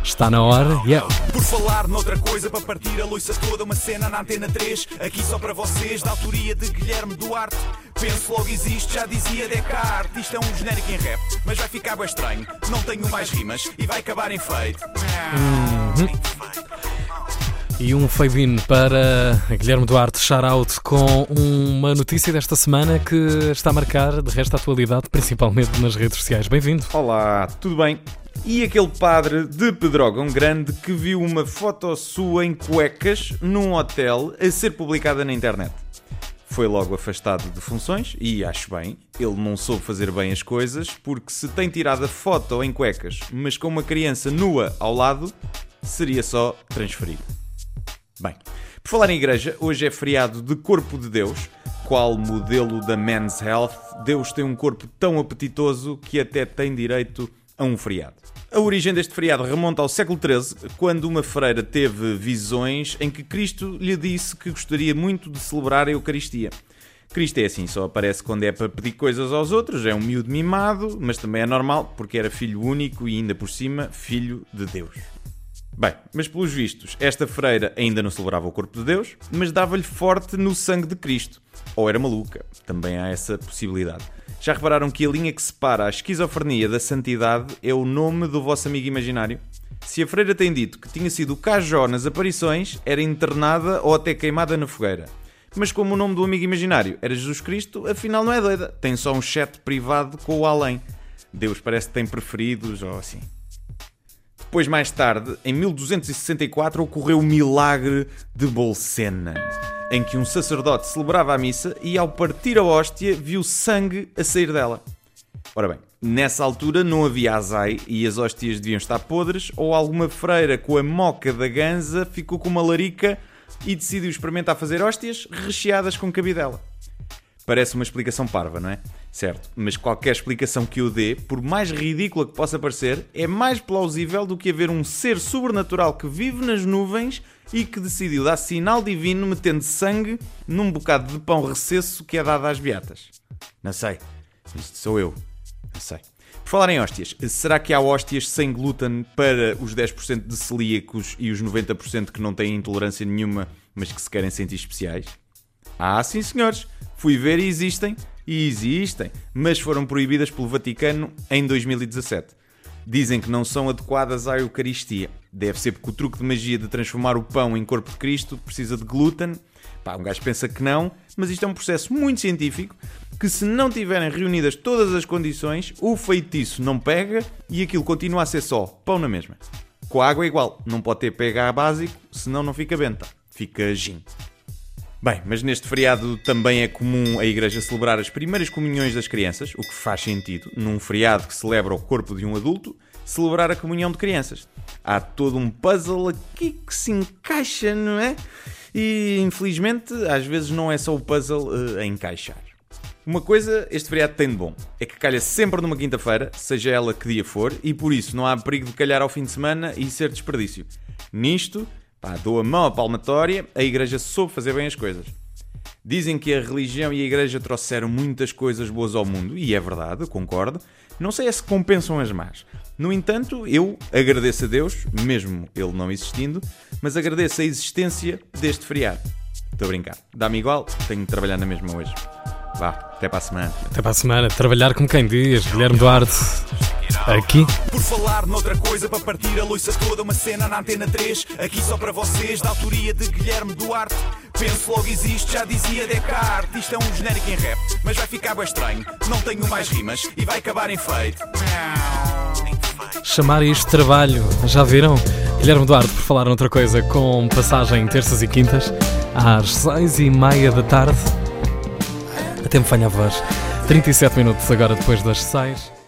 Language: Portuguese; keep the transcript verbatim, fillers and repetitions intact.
Está na hora, yeah. Por falar noutra coisa, para partir a loiça toda, uma cena na Antena três, aqui só para vocês, da autoria de Guilherme Duarte. Penso logo existe, já dizia Descartes. Isto é um genérico em rap, mas vai ficar bem estranho. Não tenho mais rimas e vai acabar em feito. Uhum. E um fade-in para Guilherme Duarte, shout-out, com uma notícia desta semana que está a marcar de resto a atualidade, principalmente nas redes sociais. Bem-vindo. Olá, tudo bem? E aquele padre de Pedrógão Grande que viu uma foto sua em cuecas num hotel a ser publicada na internet. Foi logo afastado de funções e, acho bem, ele não soube fazer bem as coisas, porque se tem tirado a foto em cuecas, mas com uma criança nua ao lado, seria só transferido. Bem, por falar em igreja, hoje é feriado de Corpo de Deus. Qual modelo da Men's Health, Deus tem um corpo tão apetitoso que até tem direito a um feriado. A origem deste feriado remonta ao século treze, quando uma freira teve visões em que Cristo lhe disse que gostaria muito de celebrar a Eucaristia. Cristo é assim, só aparece quando é para pedir coisas aos outros, é um miúdo mimado, mas também é normal, porque era filho único e ainda por cima, filho de Deus. Bem, mas pelos vistos, esta freira ainda não celebrava o corpo de Deus, mas dava-lhe forte no sangue de Cristo. Ou era maluca, também há essa possibilidade. Já repararam que a linha que separa a esquizofrenia da santidade é o nome do vosso amigo imaginário? Se a freira tem dito que tinha sido o Cajó nas aparições, era internada ou até queimada na fogueira. Mas como o nome do amigo imaginário era Jesus Cristo, afinal não é doida. Tem só um chat privado com o além. Deus parece que tem preferidos ou assim. Depois, mais tarde, em mil duzentos e sessenta e quatro, ocorreu o milagre de Bolsena, em que um sacerdote celebrava a missa e, ao partir a hóstia, viu sangue a sair dela. Ora bem, nessa altura não havia azai e as hóstias deviam estar podres, ou alguma freira com a moca da ganza ficou com uma larica e decidiu experimentar fazer hóstias recheadas com cabidela. Parece uma explicação parva, não é? Certo, mas qualquer explicação que eu dê, por mais ridícula que possa parecer, é mais plausível do que haver um ser sobrenatural que vive nas nuvens e que decidiu dar sinal divino metendo sangue num bocado de pão recesso que é dado às beatas. Não sei. Isto sou eu. Não sei. Por falar em hóstias, será que há hóstias sem glúten para os dez por cento de celíacos e os noventa por cento que não têm intolerância nenhuma, mas que se querem sentir especiais? Ah, sim senhores. Fui ver e existem. E existem. Mas foram proibidas pelo Vaticano em dois mil e dezassete. Dizem que não são adequadas à Eucaristia. Deve ser porque o truque de magia de transformar o pão em corpo de Cristo precisa de glúten. Pá, um gajo pensa que não, mas isto é um processo muito científico que, se não tiverem reunidas todas as condições, o feitiço não pega e aquilo continua a ser só pão na mesma. Com a água é igual. Não pode ter pH básico, senão não fica benta. Fica gin. Bem, mas neste feriado também é comum a Igreja celebrar as primeiras comunhões das crianças, o que faz sentido, num feriado que celebra o corpo de um adulto, celebrar a comunhão de crianças. Há todo um puzzle aqui que se encaixa, não é? E, infelizmente, às vezes não é só o puzzle uh, a encaixar. Uma coisa este feriado tem de bom, é que calha sempre numa quinta-feira, seja ela que dia for, e por isso não há perigo de calhar ao fim de semana e ser desperdício. Nisto, pá, dou a mão à palmatória, a Igreja soube fazer bem as coisas. Dizem que a religião e a Igreja trouxeram muitas coisas boas ao mundo, e é verdade, eu concordo. Não sei é se compensam as más. No entanto, eu agradeço a Deus, mesmo Ele não existindo, mas agradeço a existência deste feriado. Estou a brincar. Dá-me igual, tenho de trabalhar na mesma hoje. Vá, até para a semana. Até para a semana. Trabalhar como quem diz, Guilherme Duarte. Aqui. Por falar noutra coisa, para partir a loiça toda, uma cena na Antena três, aqui só para vocês, da autoria de Guilherme Duarte. Penso logo existe, já dizia Descartes. Isto é um genérico em rap, mas vai ficar bem estranho. Não tenho mais rimas e vai acabar em feito. Chamar isto de trabalho, já viram? Guilherme Duarte, por falar noutra coisa, com passagem terças e quintas, às seis e meia da tarde. Até me falha a voz. trinta e sete minutos agora depois das seis.